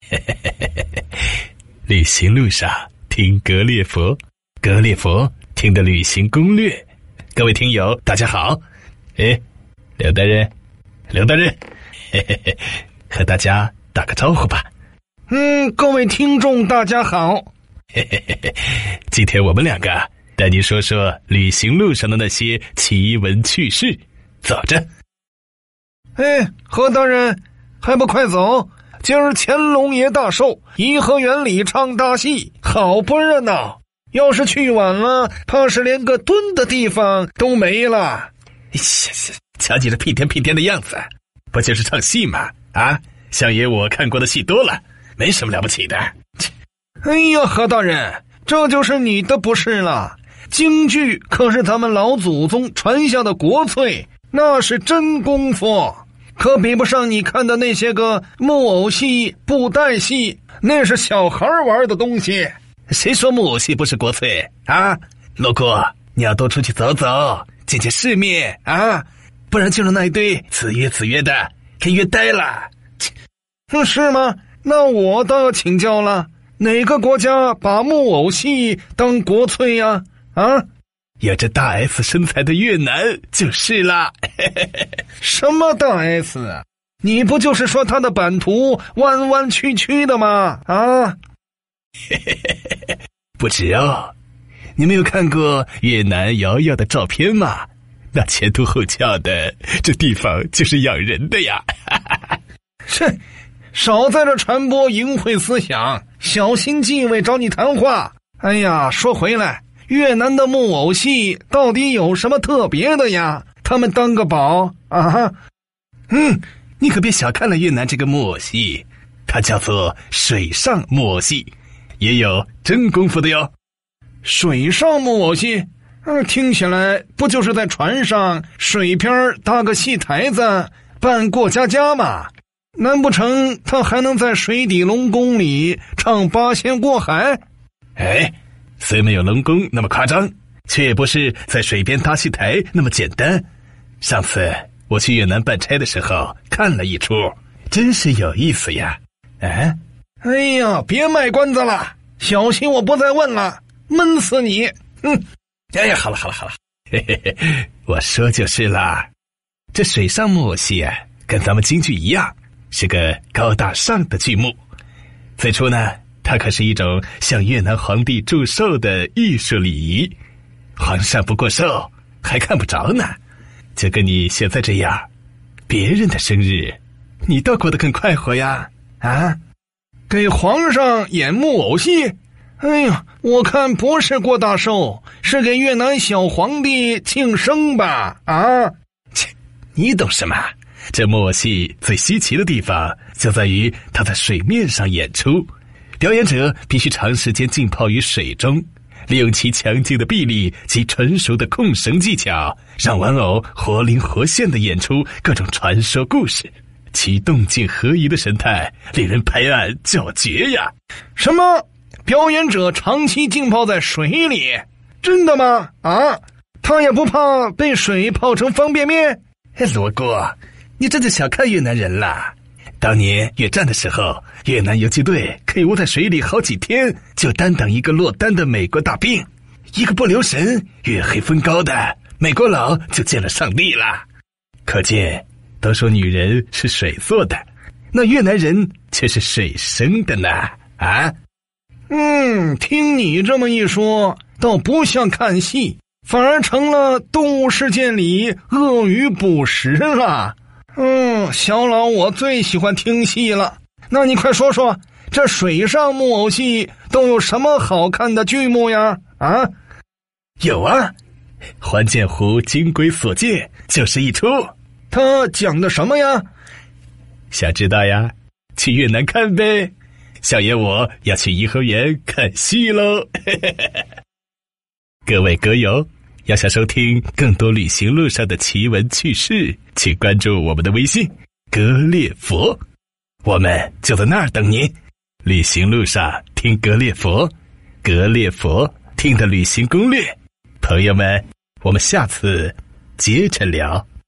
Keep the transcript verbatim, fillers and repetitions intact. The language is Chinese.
旅行路上听格列佛，格列佛听的旅行攻略。各位听友大家好，哎，刘大人，刘大人，嘿嘿嘿，和大家打个招呼吧。 嗯，各位听众大家好。 嘿嘿嘿嘿，今天我们两个带你说说旅行路上的那些奇闻趣事。走着。 哎，何大人，还不快走？今儿乾隆爷大寿，颐和园里唱大戏，好不热闹。要是去晚了，怕是连个蹲的地方都没了。 瞧你这屁颠屁颠的样子，不就是唱戏吗？啊，相爷我看过的戏多了，没什么了不起的。 哎呀，何大人，这就是你的不是了。京剧可是咱们老祖宗传下的国粹，那是真功夫，可比不上你看的那些个木偶戏、布袋戏，那是小孩玩的东西。 谁说木偶戏不是国粹啊？路过你要多出去走走，见见世面啊，不然就让那一堆自约自约的给约呆了。 嗯，是吗？那我倒要请教了，哪个国家把木偶戏当国粹呀？啊， 有着大 S 身材的越南就是啦。 什么大 S 啊？你不就是说他的版图弯弯曲曲的吗？啊， 不止哦，你没有看过越南瑶瑶的照片吗？那前凸后翘的，这地方就是养人的呀。 切，少在这传播淫秽思想，小心纪委找你谈话。哎呀，说回来，越南的木偶戏到底有什么特别的呀？他们当个宝啊！ 嗯，你可别小看了越南这个木偶戏，它叫做水上木偶戏，也有真功夫的哟。 水上木偶戏，嗯，听起来不就是在船上水边搭个戏台子扮过家家吗？难不成他还能在水底龙宫里唱八仙过海？ 哎，虽没有龙宫那么夸张，却也不是在水边搭戏台那么简单。上次我去越南办差的时候看了一出，真是有意思呀。啊， 哎呀，别卖关子了，小心我不再问了，闷死你！哼！ 哎呀，好了好了好了，嘿嘿嘿，我说就是啦。这水上木偶戏啊，跟咱们京剧一样，是个高大上的剧目。最初呢，它可是一种向越南皇帝祝寿的艺术礼仪。皇上不过寿，还看不着呢。就跟你现在这样，别人的生日，你倒过得更快活呀。啊， 给皇上演木偶戏？哎呀，我看不是过大寿，是给越南小皇帝庆生吧？啊， 切，你懂什么？这木偶戏最稀奇的地方就在于它在水面上演出，表演者必须长时间浸泡于水中，利用其强劲的臂力及纯熟的控绳技巧，让玩偶活灵活现地演出各种传说故事。其动静合一的神态令人拍案叫绝呀！ 什么？表演者长期浸泡在水里？真的吗？啊，他也不怕被水泡成方便面？ 罗哥，你真的小看越南人了。当年越战的时候，越南游击队可以窝在水里好几天，就单等一个落单的美国大兵，一个不留神，月黑风高的，美国佬就见了上帝了。可见都说女人是水做的，那越南人却是水生的呢。啊， 嗯，听你这么一说，倒不像看戏，反而成了动物世界里鳄鱼捕食了。嗯，小老我最喜欢听戏了。那你快说说，这水上木偶戏都有什么好看的剧目呀？啊， 有啊，还剑湖金龟所见就是一出。 他讲的什么呀？ 想知道呀？去越南看呗。小爷我要去颐和园看戏喽。各位歌友，要想收听更多旅行路上的奇闻趣事，请关注我们的微信格列佛，我们就在那儿等您。旅行路上听格列佛，格列佛听的旅行攻略。朋友们，我们下次接着聊。